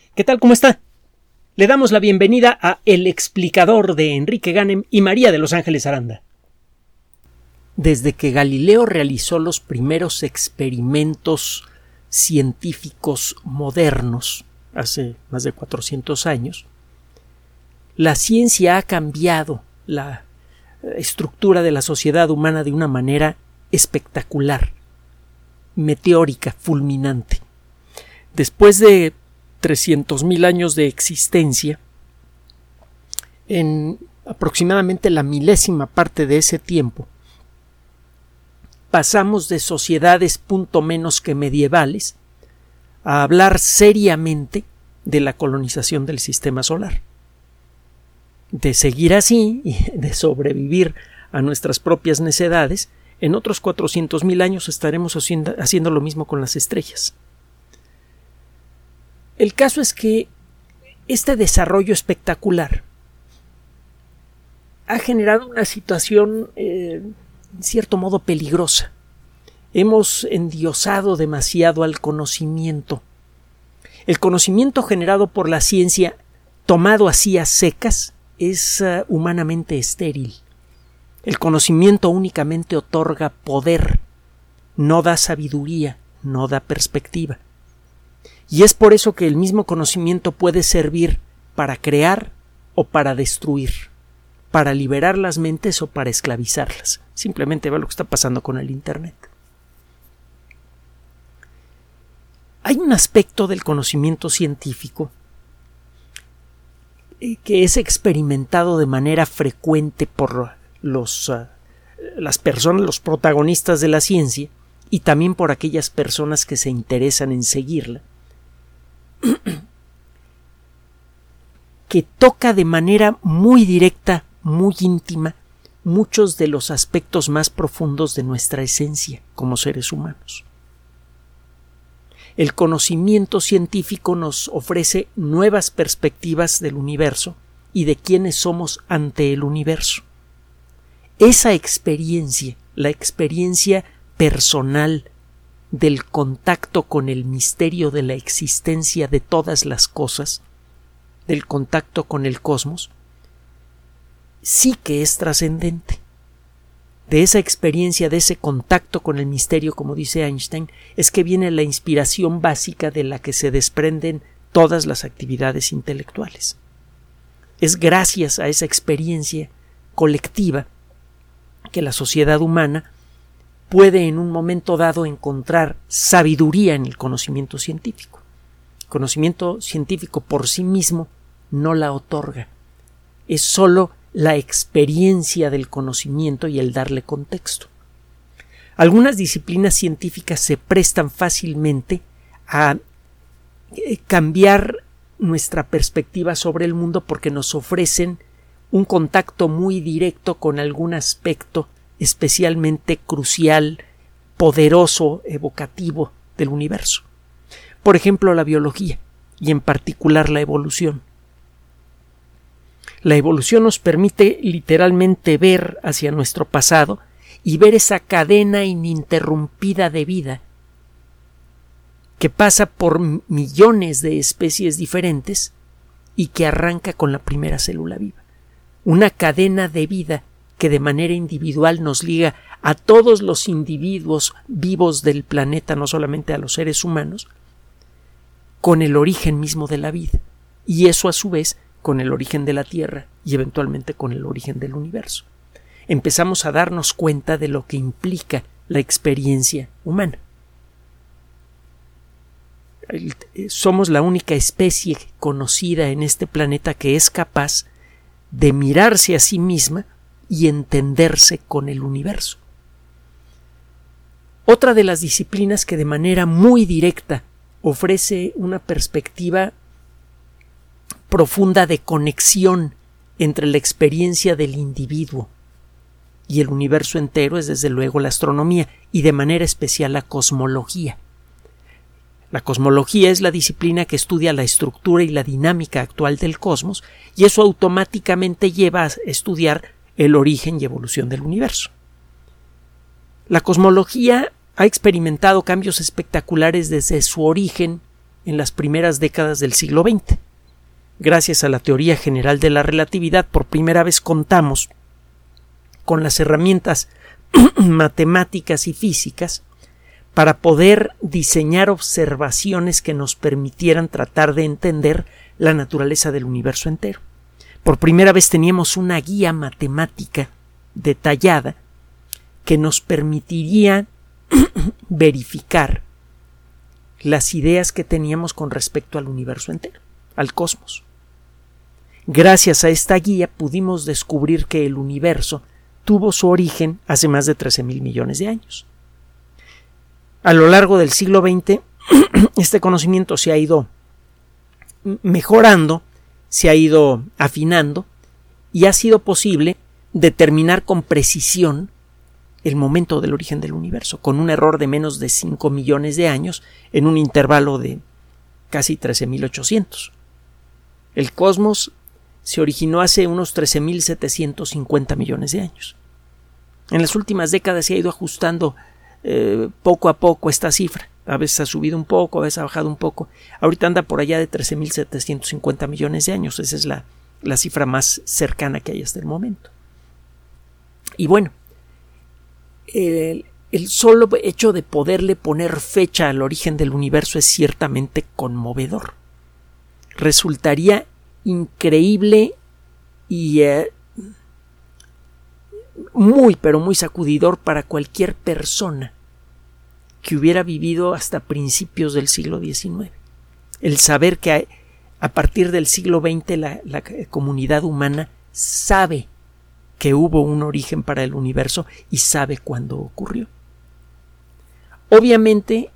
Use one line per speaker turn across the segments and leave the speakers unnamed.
¿Qué tal? ¿Cómo está? Le damos la bienvenida a El Explicador de Enrique Ganem y María de Los Ángeles Aranda. Desde que Galileo realizó los primeros experimentos científicos modernos, hace más de 400 años, la ciencia ha cambiado la estructura de la sociedad humana de una manera espectacular, meteórica, fulminante. Después de 300,000 años de existencia, en aproximadamente la milésima parte de ese tiempo, pasamos de sociedades punto menos que medievales a hablar seriamente de la colonización del sistema solar. De seguir así y de sobrevivir a nuestras propias necedades, en otros 400,000 años estaremos haciendo lo mismo con las estrellas. El caso es que este desarrollo espectacular ha generado una situación en cierto modo peligrosa. Hemos endiosado demasiado al conocimiento. El conocimiento generado por la ciencia, tomado así a secas, es humanamente estéril. El conocimiento únicamente otorga poder, no da sabiduría, no da perspectiva. Y es por eso que el mismo conocimiento puede servir para crear o para destruir, para liberar las mentes o para esclavizarlas. Simplemente ve lo que está pasando con el Internet. Hay un aspecto del conocimiento científico que es experimentado de manera frecuente por las personas, los protagonistas de la ciencia, y también por aquellas personas que se interesan en seguirla, que toca de manera muy directa, muy íntima, muchos de los aspectos más profundos de nuestra esencia como seres humanos. El conocimiento científico nos ofrece nuevas perspectivas del universo y de quiénes somos ante el universo. Esa experiencia, la experiencia personal del contacto con el misterio de la existencia de todas las cosas, del contacto con el cosmos, sí que es trascendente. De esa experiencia, de ese contacto con el misterio, como dice Einstein, es que viene la inspiración básica de la que se desprenden todas las actividades intelectuales. Es gracias a esa experiencia colectiva que la sociedad humana puede en un momento dado encontrar sabiduría en el conocimiento científico. El conocimiento científico por sí mismo no la otorga. Es sólo la experiencia del conocimiento y el darle contexto. Algunas disciplinas científicas se prestan fácilmente a cambiar nuestra perspectiva sobre el mundo porque nos ofrecen un contacto muy directo con algún aspecto especialmente crucial, poderoso, evocativo del universo. Por ejemplo, la biología y en particular la evolución. La evolución nos permite literalmente ver hacia nuestro pasado y ver esa cadena ininterrumpida de vida que pasa por millones de especies diferentes y que arranca con la primera célula viva. Una cadena de vida que de manera individual nos liga a todos los individuos vivos del planeta, no solamente a los seres humanos, con el origen mismo de la vida, y eso a su vez con el origen de la Tierra y eventualmente con el origen del universo. Empezamos a darnos cuenta de lo que implica la experiencia humana. Somos la única especie conocida en este planeta que es capaz de mirarse a sí misma y entenderse con el universo. Otra de las disciplinas que de manera muy directa ofrece una perspectiva profunda de conexión entre la experiencia del individuo y el universo entero es desde luego la astronomía y de manera especial la cosmología. La cosmología es la disciplina que estudia la estructura y la dinámica actual del cosmos y eso automáticamente lleva a estudiar el origen y evolución del universo. La cosmología ha experimentado cambios espectaculares desde su origen en las primeras décadas del siglo XX. Gracias a la teoría general de la relatividad, por primera vez contamos con las herramientas matemáticas y físicas para poder diseñar observaciones que nos permitieran tratar de entender la naturaleza del universo entero. Por primera vez teníamos una guía matemática detallada que nos permitiría verificar las ideas que teníamos con respecto al universo entero, al cosmos. Gracias a esta guía pudimos descubrir que el universo tuvo su origen hace más de 13,000 millones de años. A lo largo del siglo XX, este conocimiento se ha ido mejorando, se ha ido afinando y ha sido posible determinar con precisión el momento del origen del universo, con un error de menos de 5 millones de años en un intervalo de casi 13,800. El cosmos se originó hace unos 13,750 millones de años. En las últimas décadas se ha ido ajustando poco a poco esta cifra. A veces ha subido un poco, a veces ha bajado un poco. Ahorita anda por allá de 13,750 millones de años. Esa es la cifra más cercana que hay hasta el momento. Y bueno, el solo hecho de poderle poner fecha al origen del universo es ciertamente conmovedor. Resultaría increíble y muy, pero muy sacudidor para cualquier persona que hubiera vivido hasta principios del siglo XIX. El saber que a partir del siglo XX la comunidad humana sabe que hubo un origen para el universo y sabe cuándo ocurrió. Obviamente,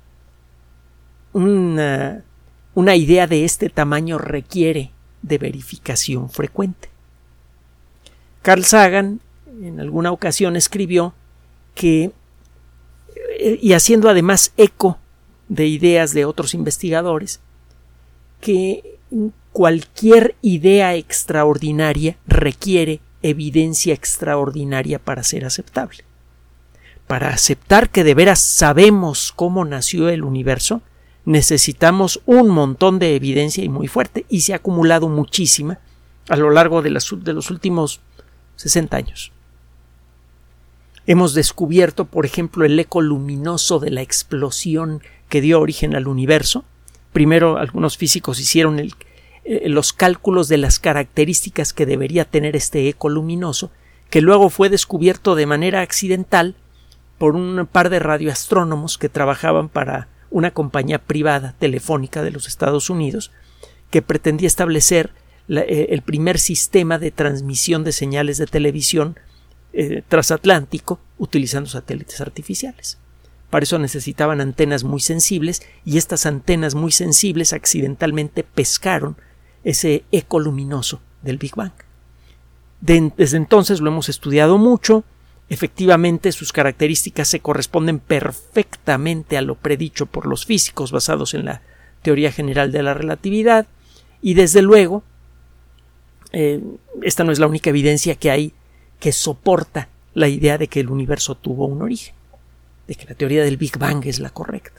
una idea de este tamaño requiere de verificación frecuente. Carl Sagan en alguna ocasión escribió que, y haciendo además eco de ideas de otros investigadores, que cualquier idea extraordinaria requiere evidencia extraordinaria para ser aceptable. Para aceptar que de veras sabemos cómo nació el universo, necesitamos un montón de evidencia y muy fuerte, y se ha acumulado muchísima a lo largo de los últimos 60 años. Hemos descubierto, por ejemplo, el eco luminoso de la explosión que dio origen al universo. Primero, algunos físicos hicieron los cálculos de las características que debería tener este eco luminoso, que luego fue descubierto de manera accidental por un par de radioastrónomos que trabajaban para una compañía privada telefónica de los Estados Unidos, que pretendía establecer el primer sistema de transmisión de señales de televisión transatlántico utilizando satélites artificiales. Para eso necesitaban antenas muy sensibles, y estas antenas muy sensibles accidentalmente pescaron ese eco luminoso del Big Bang. Desde entonces lo hemos estudiado mucho. Efectivamente, sus características se corresponden perfectamente a lo predicho por los físicos basados en la teoría general de la relatividad, y desde luego esta no es la única evidencia que hay que soporta la idea de que el universo tuvo un origen, de que la teoría del Big Bang es la correcta.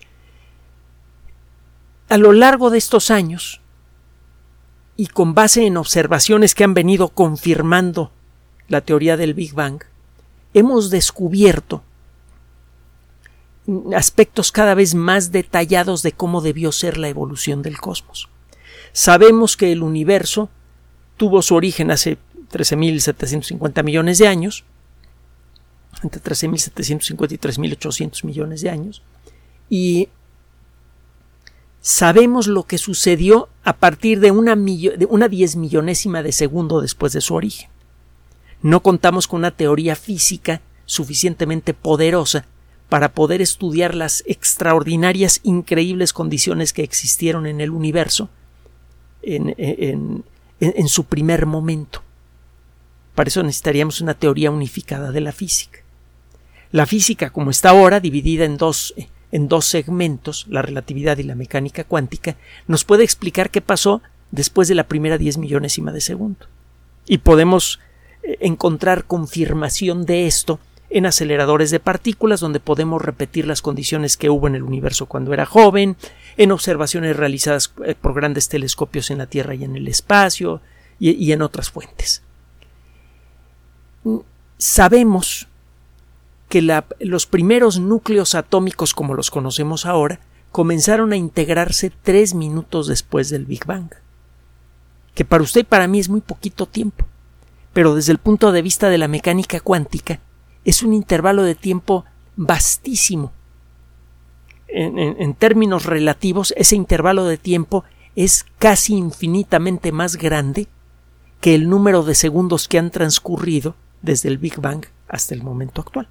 A lo largo de estos años, y con base en observaciones que han venido confirmando la teoría del Big Bang, hemos descubierto aspectos cada vez más detallados de cómo debió ser la evolución del cosmos. Sabemos que el universo tuvo su origen hace 13,750 millones de años, entre 13,750 y 13,800 millones de años, y sabemos lo que sucedió a partir de una 10 millonésima de segundo después de su origen. No contamos con una teoría física suficientemente poderosa para poder estudiar las extraordinarias, increíbles condiciones que existieron en el universo en su primer momento. Para eso necesitaríamos una teoría unificada de la física. La física, como está ahora, dividida en dos segmentos, la relatividad y la mecánica cuántica, nos puede explicar qué pasó después de la primera 10 millonésima de segundo. Y podemos encontrar confirmación de esto en aceleradores de partículas, donde podemos repetir las condiciones que hubo en el universo cuando era joven, en observaciones realizadas por grandes telescopios en la Tierra y en el espacio, y en otras fuentes. Sabemos que los primeros núcleos atómicos como los conocemos ahora comenzaron a integrarse 3 minutos después del Big Bang, que para usted y para mí es muy poquito tiempo, pero desde el punto de vista de la mecánica cuántica es un intervalo de tiempo vastísimo. En términos relativos, ese intervalo de tiempo es casi infinitamente más grande que el número de segundos que han transcurrido desde el Big Bang hasta el momento actual.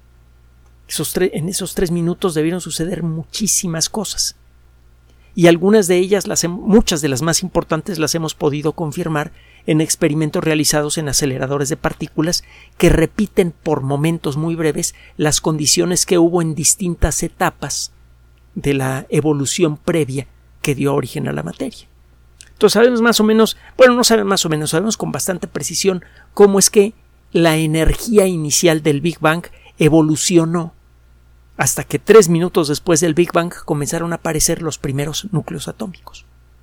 En esos 3 minutos debieron suceder muchísimas cosas. Y algunas de ellas, muchas de las más importantes, las hemos podido confirmar en experimentos realizados en aceleradores de partículas que repiten por momentos muy breves las condiciones que hubo en distintas etapas de la evolución previa que dio origen a la materia. Entonces sabemos más o menos, bueno, no sabemos más o menos, sabemos con bastante precisión cómo es que la energía inicial del Big Bang evolucionó hasta que 3 minutos después del Big Bang comenzaron a aparecer los primeros núcleos atómicos.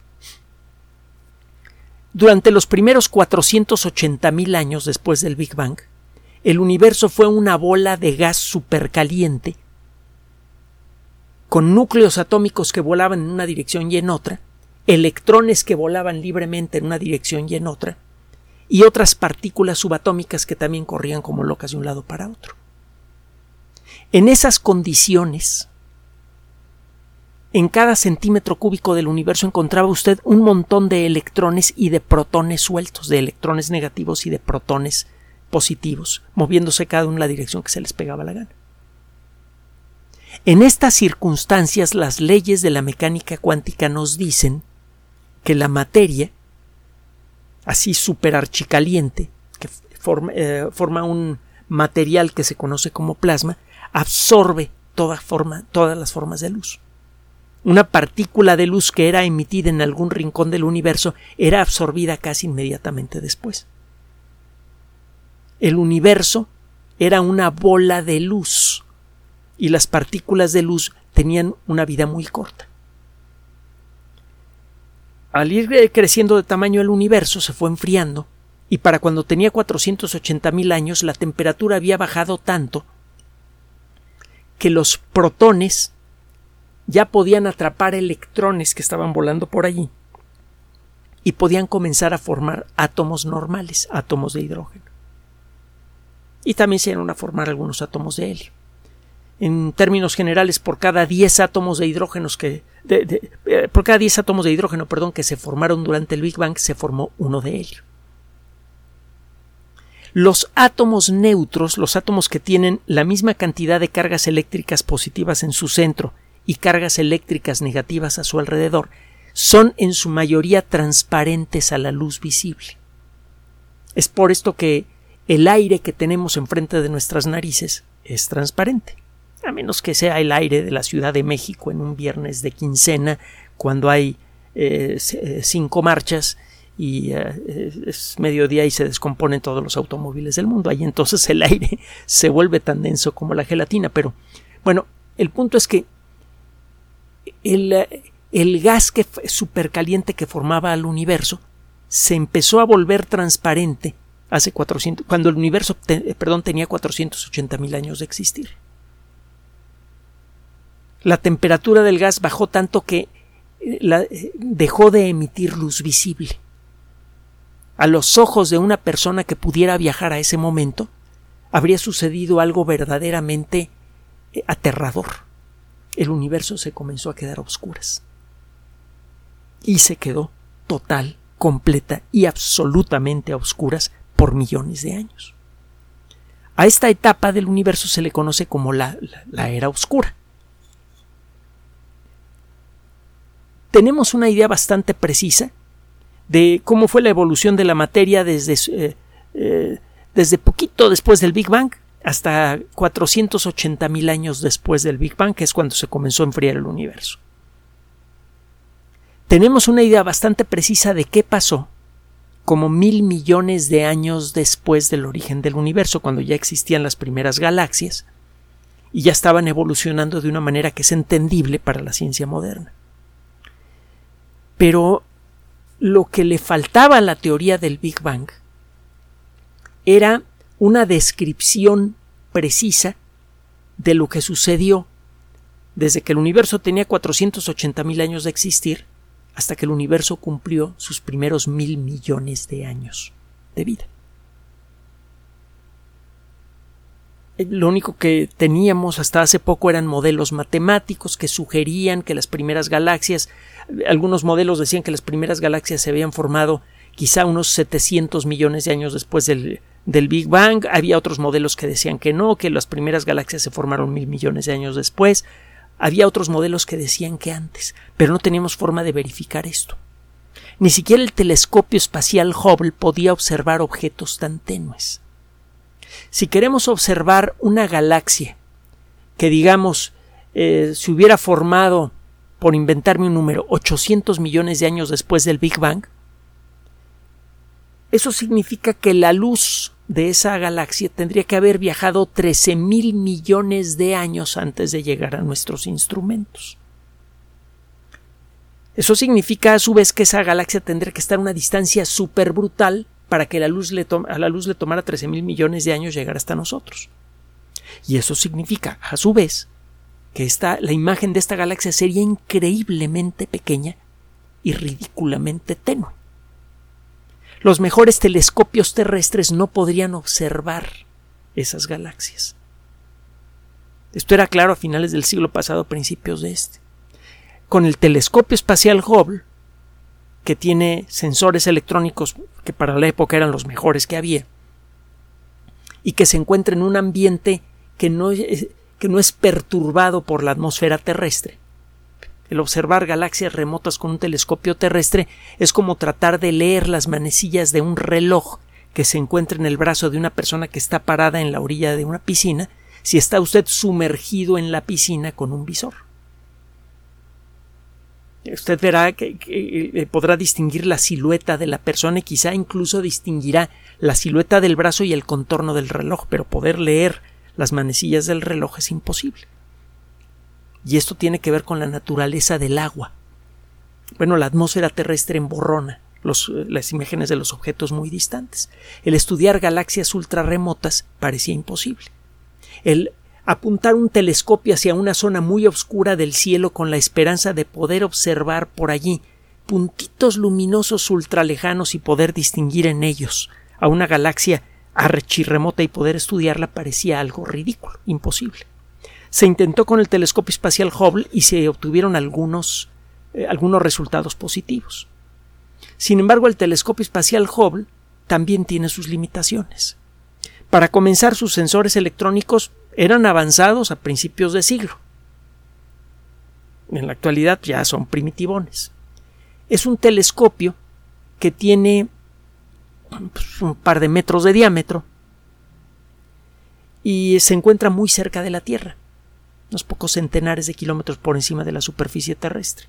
Durante los primeros 480.000 años después del Big Bang, el universo fue una bola de gas supercaliente con núcleos atómicos que volaban en una dirección y en otra, electrones que volaban libremente en una dirección y en otra, y otras partículas subatómicas que también corrían como locas de un lado para otro. En esas condiciones, en cada centímetro cúbico del universo encontraba usted un montón de electrones y de protones sueltos, de electrones negativos y de protones positivos, moviéndose cada uno en la dirección que se les pegaba la gana. En estas circunstancias, las leyes de la mecánica cuántica nos dicen que la materia, así superarchicaliente, que forma un material que se conoce como plasma, absorbe todas las formas de luz. Una partícula de luz que era emitida en algún rincón del universo era absorbida casi inmediatamente después. El universo era una bola de luz y las partículas de luz tenían una vida muy corta. Al ir creciendo de tamaño el universo se fue enfriando y para cuando tenía 480.000 años la temperatura había bajado tanto que los protones ya podían atrapar electrones que estaban volando por allí y podían comenzar a formar átomos normales, átomos de hidrógeno. Y también se iban a formar algunos átomos de helio. En términos generales, por cada 10 átomos de hidrógeno que se formaron durante el Big Bang, se formó uno de helio. Los átomos neutros, los átomos que tienen la misma cantidad de cargas eléctricas positivas en su centro y cargas eléctricas negativas a su alrededor, son en su mayoría transparentes a la luz visible. Es por esto que el aire que tenemos enfrente de nuestras narices es transparente, a menos que sea el aire de la Ciudad de México en un viernes de quincena, cuando hay 5 marchas y es mediodía y se descomponen todos los automóviles del mundo. Ahí entonces el aire se vuelve tan denso como la gelatina. Pero bueno, el punto es que el gas supercaliente que formaba al universo se empezó a volver transparente cuando el universo tenía 480.000 años de existir. La temperatura del gas bajó tanto que dejó de emitir luz visible. A los ojos de una persona que pudiera viajar a ese momento, habría sucedido algo verdaderamente aterrador. El universo se comenzó a quedar a oscuras. Y se quedó total, completa y absolutamente a oscuras por millones de años. A esta etapa del universo se le conoce como la era oscura. Tenemos una idea bastante precisa de cómo fue la evolución de la materia desde poquito después del Big Bang hasta 480.000 años después del Big Bang, que es cuando se comenzó a enfriar el universo. Tenemos una idea bastante precisa de qué pasó como 1.000 millones de años después del origen del universo, cuando ya existían las primeras galaxias y ya estaban evolucionando de una manera que es entendible para la ciencia moderna. Pero lo que le faltaba a la teoría del Big Bang era una descripción precisa de lo que sucedió desde que el universo tenía 480.000 años de existir hasta que el universo cumplió sus primeros 1.000 millones de años de vida. Lo único que teníamos hasta hace poco eran modelos matemáticos que sugerían que las primeras galaxias, algunos modelos decían que las primeras galaxias se habían formado quizá unos 700 millones de años después del Big Bang. Había otros modelos que decían que no, que las primeras galaxias se formaron 1.000 millones de años después. Había otros modelos que decían que antes, pero no teníamos forma de verificar esto. Ni siquiera el telescopio espacial Hubble podía observar objetos tan tenues. Si queremos observar una galaxia que, digamos, se hubiera formado, por inventarme un número, 800 millones de años después del Big Bang, eso significa que la luz de esa galaxia tendría que haber viajado 13.000 millones de años antes de llegar a nuestros instrumentos. Eso significa a su vez que esa galaxia tendría que estar a una distancia súper brutal para que a la luz le tomara 13.000 millones de años llegar hasta nosotros. Y eso significa, a su vez, que la imagen de esta galaxia sería increíblemente pequeña y ridículamente tenue. Los mejores telescopios terrestres no podrían observar esas galaxias. Esto era claro a finales del siglo pasado, principios de este. Con el telescopio espacial Hubble, que tiene sensores electrónicos que para la época eran los mejores que había, y que se encuentra en un ambiente que no es perturbado por la atmósfera terrestre. El observar galaxias remotas con un telescopio terrestre es como tratar de leer las manecillas de un reloj que se encuentra en el brazo de una persona que está parada en la orilla de una piscina, si está usted sumergido en la piscina con un visor. Usted verá que podrá distinguir la silueta de la persona y quizá incluso distinguirá la silueta del brazo y el contorno del reloj, pero poder leer las manecillas del reloj es imposible. Y esto tiene que ver con la naturaleza del agua. Bueno, la atmósfera terrestre emborrona las imágenes de los objetos muy distantes. El estudiar galaxias ultrarremotas parecía imposible. El apuntar un telescopio hacia una zona muy oscura del cielo con la esperanza de poder observar por allí puntitos luminosos ultralejanos y poder distinguir en ellos a una galaxia archirremota y poder estudiarla parecía algo ridículo, imposible. Se intentó con el telescopio espacial Hubble y se obtuvieron algunos resultados positivos. Sin embargo, el telescopio espacial Hubble también tiene sus limitaciones. Para comenzar, sus sensores electrónicos eran avanzados a principios de siglo. En la actualidad ya son primitivones. Es un telescopio que tiene un par de metros de diámetro y se encuentra muy cerca de la Tierra, unos pocos centenares de kilómetros por encima de la superficie terrestre.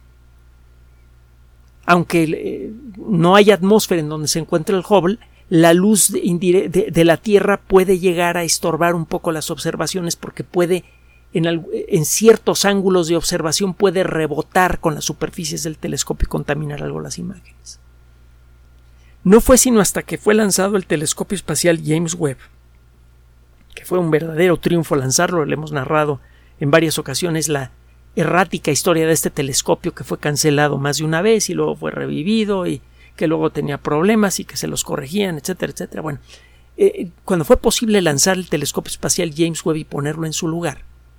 Aunque no hay atmósfera en donde se encuentra el Hubble, la luz de la Tierra puede llegar a estorbar un poco las observaciones porque puede, en ciertos ángulos de observación, puede rebotar con las superficies del telescopio y contaminar algo las imágenes. No fue sino hasta que fue lanzado el telescopio espacial James Webb, que fue un verdadero triunfo lanzarlo. Le hemos narrado en varias ocasiones la errática historia de este telescopio que fue cancelado más de una vez y luego fue revivido y que luego tenía problemas y que se los corregían, etcétera, etcétera. Bueno, cuando fue posible lanzar el telescopio espacial James Webb y ponerlo en su lugar,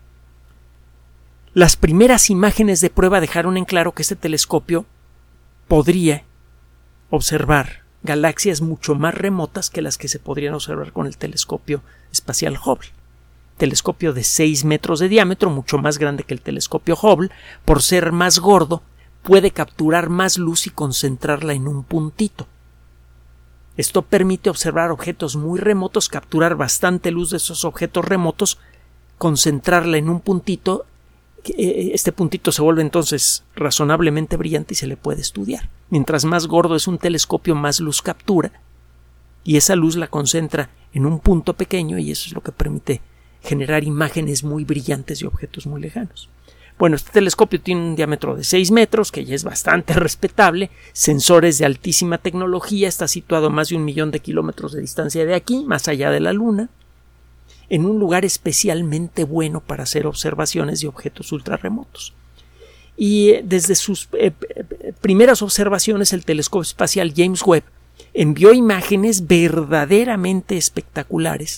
las primeras imágenes de prueba dejaron en claro que este telescopio podría observar galaxias mucho más remotas que las que se podrían observar con el telescopio espacial Hubble. Telescopio de 6 metros de diámetro, mucho más grande que el telescopio Hubble, por ser más gordo, puede capturar más luz y concentrarla en un puntito. Esto permite observar objetos muy remotos, capturar bastante luz de esos objetos remotos, concentrarla en un puntito. Este puntito se vuelve entonces razonablemente brillante y se le puede estudiar. Mientras más gordo es un telescopio, más luz captura y esa luz la concentra en un punto pequeño y eso es lo que permite generar imágenes muy brillantes de objetos muy lejanos. Bueno, este telescopio tiene un diámetro de 6 metros, que ya es bastante respetable, sensores de altísima tecnología, está situado a más de 1 millón de kilómetros de distancia de aquí, más allá de la Luna, en un lugar especialmente bueno para hacer observaciones de objetos ultrarremotos. Y desde sus primeras observaciones, el telescopio espacial James Webb envió imágenes verdaderamente espectaculares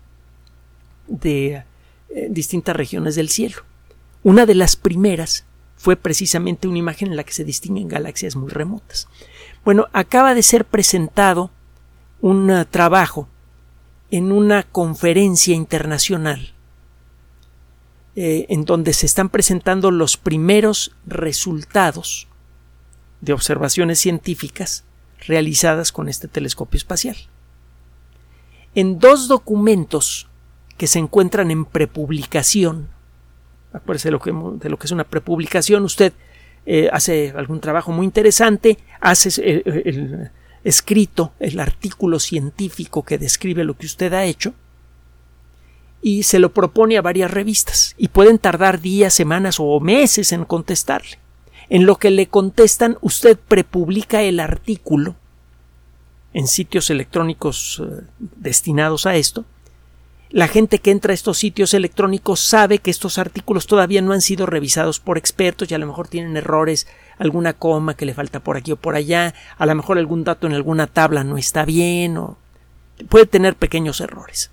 de distintas regiones del cielo. Una de las primeras fue precisamente una imagen en la que se distinguen galaxias muy remotas. Bueno, acaba de ser presentado un trabajo en una conferencia internacional en donde se están presentando los primeros resultados de observaciones científicas realizadas con este telescopio espacial. En 2 documentos que se encuentran en prepublicación, acuérdese de lo que es una prepublicación, usted hace algún trabajo muy interesante, hace el escrito, el artículo científico que describe lo que usted ha hecho y se lo propone a varias revistas y pueden tardar días, semanas o meses en contestarle. En lo que le contestan, usted prepublica el artículo en sitios electrónicos destinados a esto. La gente que entra a estos sitios electrónicos sabe que estos artículos todavía no han sido revisados por expertos y a lo mejor tienen errores, alguna coma que le falta por aquí o por allá, a lo mejor algún dato en alguna tabla no está bien o puede tener pequeños errores.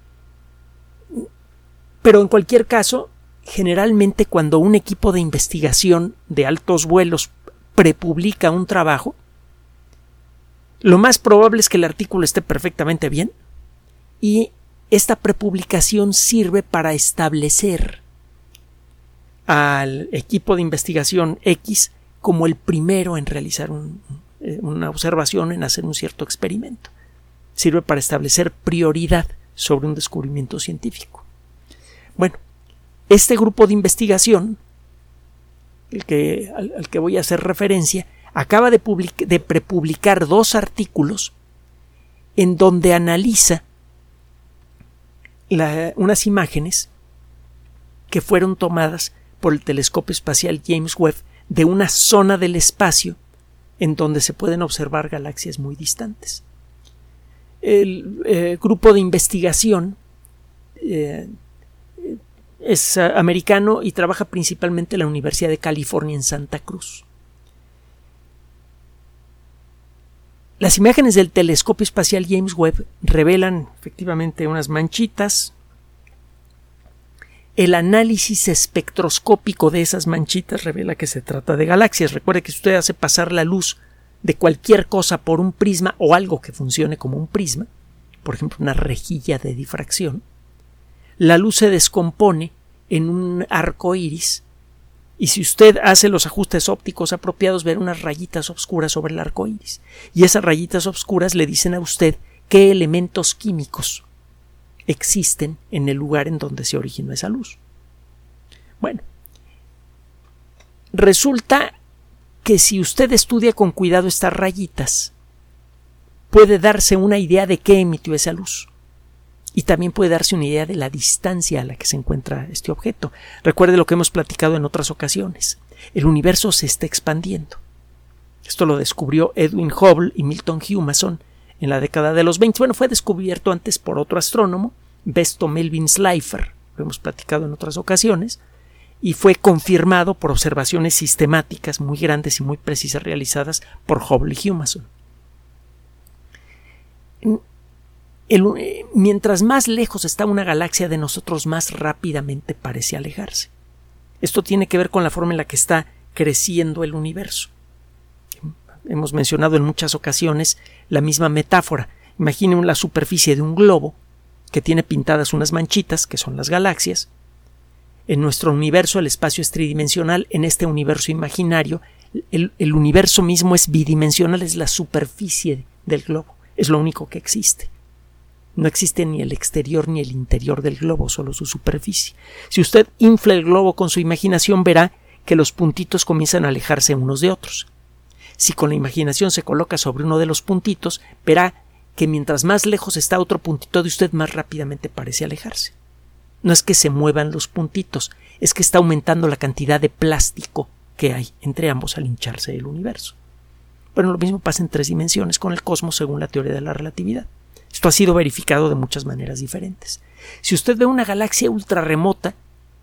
Pero en cualquier caso, generalmente cuando un equipo de investigación de altos vuelos prepublica un trabajo, lo más probable es que el artículo esté perfectamente bien y esta prepublicación sirve para establecer al equipo de investigación X como el primero en realizar una observación, en hacer un cierto experimento. Sirve para establecer prioridad sobre un descubrimiento científico. Bueno, este grupo de investigación, al que voy a hacer referencia, acaba de prepublicar 2 artículos en donde analiza unas imágenes que fueron tomadas por el telescopio espacial James Webb de una zona del espacio en donde se pueden observar galaxias muy distantes. El grupo de investigación es americano y trabaja principalmente en la Universidad de California en Santa Cruz. Las imágenes del telescopio espacial James Webb revelan efectivamente unas manchitas. El análisis espectroscópico de esas manchitas revela que se trata de galaxias. Recuerde que si usted hace pasar la luz de cualquier cosa por un prisma o algo que funcione como un prisma, por ejemplo una rejilla de difracción, la luz se descompone en un arco iris y si usted hace los ajustes ópticos apropiados verá unas rayitas oscuras sobre el arco iris y esas rayitas oscuras le dicen a usted qué elementos químicos existen en el lugar en donde se originó esa luz. Bueno, resulta que si usted estudia con cuidado estas rayitas puede darse una idea de qué emitió esa luz. Y también puede darse una idea de la distancia a la que se encuentra este objeto. Recuerde lo que hemos platicado en otras ocasiones. El universo se está expandiendo. Esto lo descubrió Edwin Hubble y Milton Humason en la década de los 20. Bueno, fue descubierto antes por otro astrónomo, Besto Melvin Slipher, lo hemos platicado en otras ocasiones, y fue confirmado por observaciones sistemáticas muy grandes y muy precisas realizadas por Hubble y Humason. Mientras más lejos está una galaxia de nosotros, más rápidamente parece alejarse. Esto tiene que ver con la forma en la que está creciendo el universo. Hemos mencionado en muchas ocasiones la misma metáfora. Imaginen la superficie de un globo que tiene pintadas unas manchitas, que son las galaxias. En nuestro universo el espacio es tridimensional. En este universo imaginario el universo mismo es bidimensional, es la superficie del globo. Es lo único que existe. No existe ni el exterior ni el interior del globo, solo su superficie. Si usted infla el globo con su imaginación, verá que los puntitos comienzan a alejarse unos de otros. Si con la imaginación se coloca sobre uno de los puntitos, verá que mientras más lejos está otro puntito de usted, más rápidamente parece alejarse. no es que se muevan los puntitos, es que está aumentando la cantidad de plástico que hay entre ambos al hincharse el universo. Bueno, lo mismo pasa en 3 dimensiones con el cosmos según la teoría de la relatividad. Esto ha sido verificado de muchas maneras diferentes. Si usted ve una galaxia ultra remota,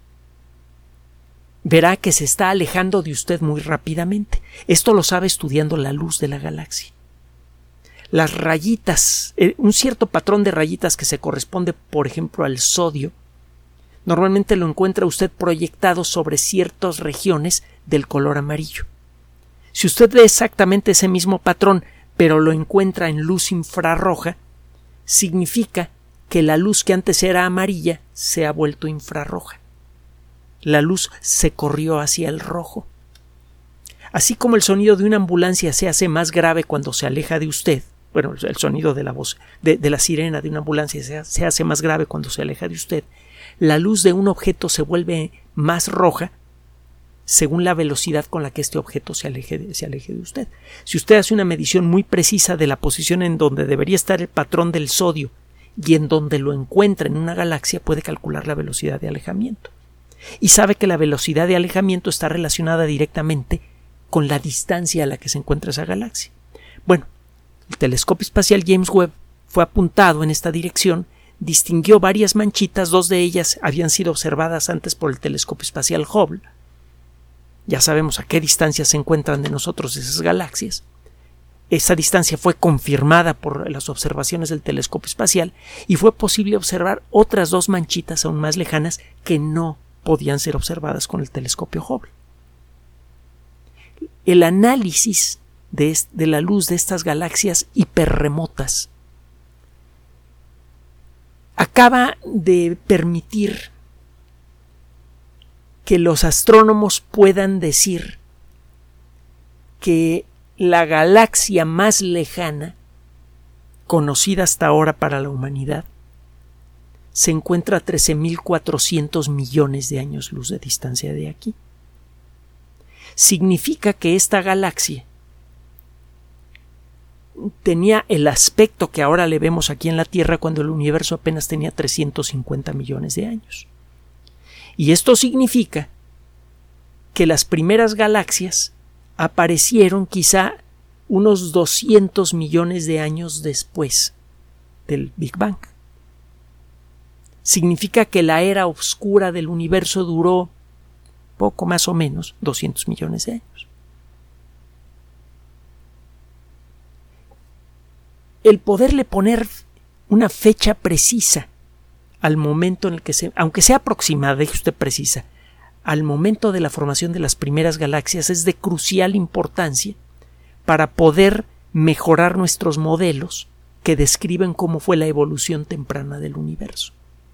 verá que se está alejando de usted muy rápidamente. Esto lo sabe estudiando la luz de la galaxia. Las rayitas, un cierto patrón de rayitas que se corresponde, por ejemplo, al sodio, normalmente lo encuentra usted proyectado sobre ciertas regiones del color amarillo. Si usted ve exactamente ese mismo patrón, pero lo encuentra en luz infrarroja, significa que la luz que antes era amarilla se ha vuelto infrarroja. La luz se corrió hacia el rojo. Así como el sonido de una ambulancia se hace más grave cuando se aleja de usted, bueno, el sonido de la voz de la sirena de una ambulancia se hace más grave cuando se aleja de usted, la luz de un objeto se vuelve más roja según la velocidad con la que este objeto se aleje de usted. Si usted hace una medición muy precisa de la posición en donde debería estar el patrón del sodio y en donde lo encuentra en una galaxia, puede calcular la velocidad de alejamiento. Y sabe que la velocidad de alejamiento está relacionada directamente con la distancia a la que se encuentra esa galaxia. Bueno, el telescopio espacial James Webb fue apuntado en esta dirección, distinguió varias manchitas, 2 de ellas habían sido observadas antes por el telescopio espacial Hubble. Ya sabemos a qué distancia se encuentran de nosotros esas galaxias. Esa distancia fue confirmada por las observaciones del telescopio espacial y fue posible observar otras 2 manchitas aún más lejanas que no podían ser observadas con el telescopio Hubble. El análisis de la luz de estas galaxias hiperremotas acaba de permitir que los astrónomos puedan decir que la galaxia más lejana conocida hasta ahora para la humanidad se encuentra a 13.400 millones de años luz de distancia de aquí. Significa que esta galaxia tenía el aspecto que ahora le vemos aquí en la Tierra cuando el universo apenas tenía 350 millones de años. Y esto significa que las primeras galaxias aparecieron quizá unos 200 millones de años después del Big Bang. Significa que la era oscura del universo duró poco más o menos 200 millones de años. El poderle poner una fecha precisa al momento en el que aunque sea aproximada, deje usted precisa, al momento de la formación de las primeras galaxias es de crucial importancia para poder mejorar nuestros modelos que describen cómo fue la evolución temprana del universo.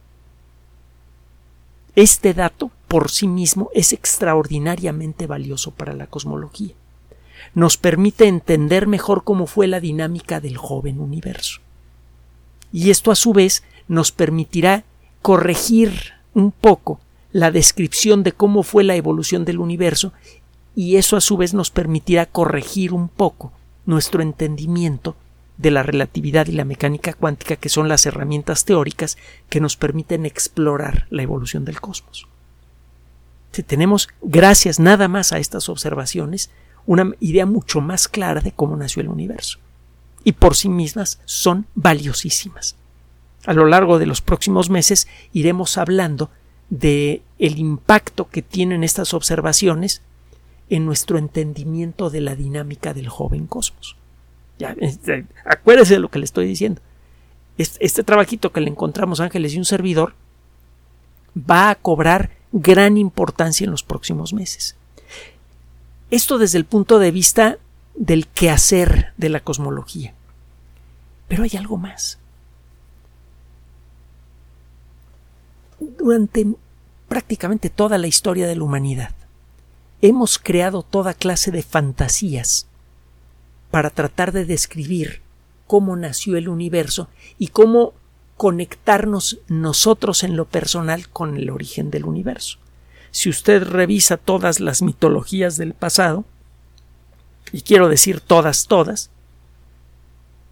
Este dato por sí mismo es extraordinariamente valioso para la cosmología. Nos permite entender mejor cómo fue la dinámica del joven universo. Y esto a su vez nos permitirá corregir un poco la descripción de cómo fue la evolución del universo, y eso a su vez nos permitirá corregir un poco nuestro entendimiento de la relatividad y la mecánica cuántica, que son las herramientas teóricas que nos permiten explorar la evolución del cosmos. Tenemos, gracias nada más a estas observaciones, una idea mucho más clara de cómo nació el universo. Y por sí mismas son valiosísimas. A lo largo de los próximos meses iremos hablando de el impacto que tienen estas observaciones en nuestro entendimiento de la dinámica del joven cosmos. Ya, acuérdese de lo que le estoy diciendo. Este trabajito que le encontramos Ángeles y un servidor va a cobrar gran importancia en los próximos meses. Esto desde el punto de vista del quehacer de la cosmología. Pero hay algo más. Durante prácticamente toda la historia de la humanidad hemos creado toda clase de fantasías para tratar de describir cómo nació el universo y cómo conectarnos nosotros en lo personal con el origen del universo. Si usted revisa todas las mitologías del pasado, y quiero decir todas,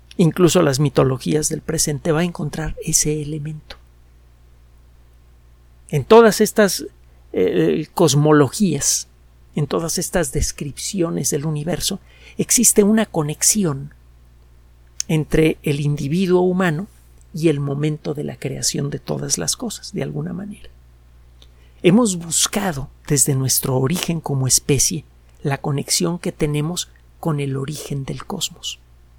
incluso las mitologías del presente, va a encontrar ese elemento. En todas estas cosmologías, en todas estas descripciones del universo, existe una conexión entre el individuo humano y el momento de la creación de todas las cosas, de alguna manera. Hemos buscado desde nuestro origen como especie la conexión que tenemos con el origen del cosmos.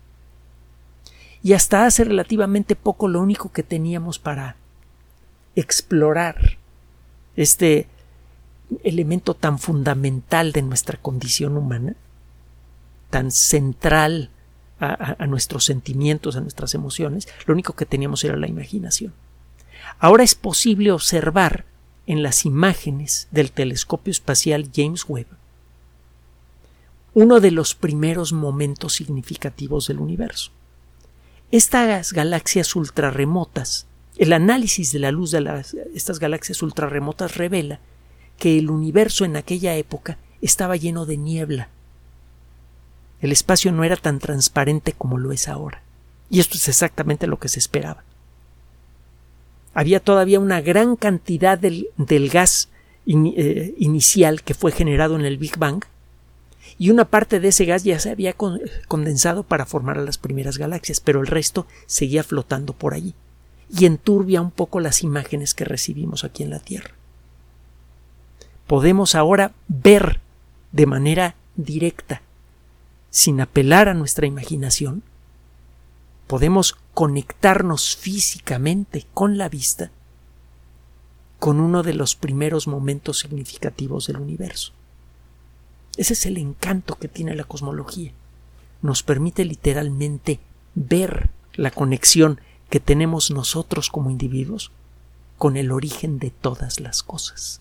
Y hasta hace relativamente poco lo único que teníamos para explorar este elemento tan fundamental de nuestra condición humana, tan central a nuestros sentimientos, a nuestras emociones, lo único que teníamos era la imaginación. Ahora es posible observar en las imágenes del telescopio espacial James Webb uno de los primeros momentos significativos del universo. Estas galaxias ultrarremotas, el análisis de la luz de estas galaxias ultrarremotas revela que el universo en aquella época estaba lleno de niebla. El espacio no era tan transparente como lo es ahora. Y esto es exactamente lo que se esperaba. Había todavía una gran cantidad del gas inicial que fue generado en el Big Bang, y una parte de ese gas ya se había condensado para formar a las primeras galaxias, pero el resto seguía flotando por allí y enturbia un poco las imágenes que recibimos aquí en la Tierra. Podemos ahora ver de manera directa, sin apelar a nuestra imaginación, podemos conectarnos físicamente con la vista con uno de los primeros momentos significativos del universo. Ese es el encanto que tiene la cosmología. Nos permite literalmente ver la conexión que tenemos nosotros como individuos con el origen de todas las cosas.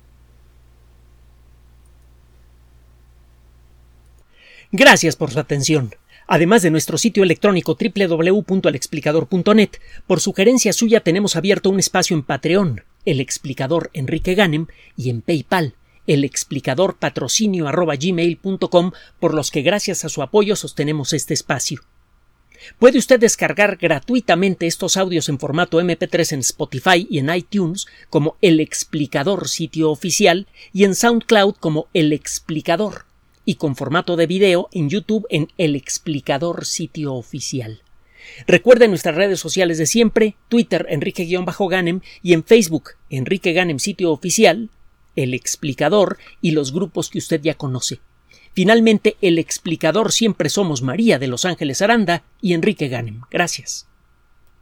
Gracias por su atención. Además de nuestro sitio electrónico www.alexplicador.net, por sugerencia suya tenemos abierto un espacio en Patreon, El Explicador Enrique Ganem, y en PayPal, elexplicadorpatrocinio@gmail.com, por los que gracias a su apoyo sostenemos este espacio. Puede usted descargar gratuitamente estos audios en formato MP3 en Spotify y en iTunes como El Explicador Sitio Oficial y en SoundCloud como El Explicador, y con formato de video en YouTube en El Explicador Sitio Oficial. Recuerde nuestras redes sociales de siempre, Twitter Enrique-Ganem y en Facebook Enrique Ganem Sitio Oficial, El Explicador y los grupos que usted ya conoce. Finalmente, El Explicador siempre somos María de Los Ángeles Aranda y Enrique Ganem. Gracias.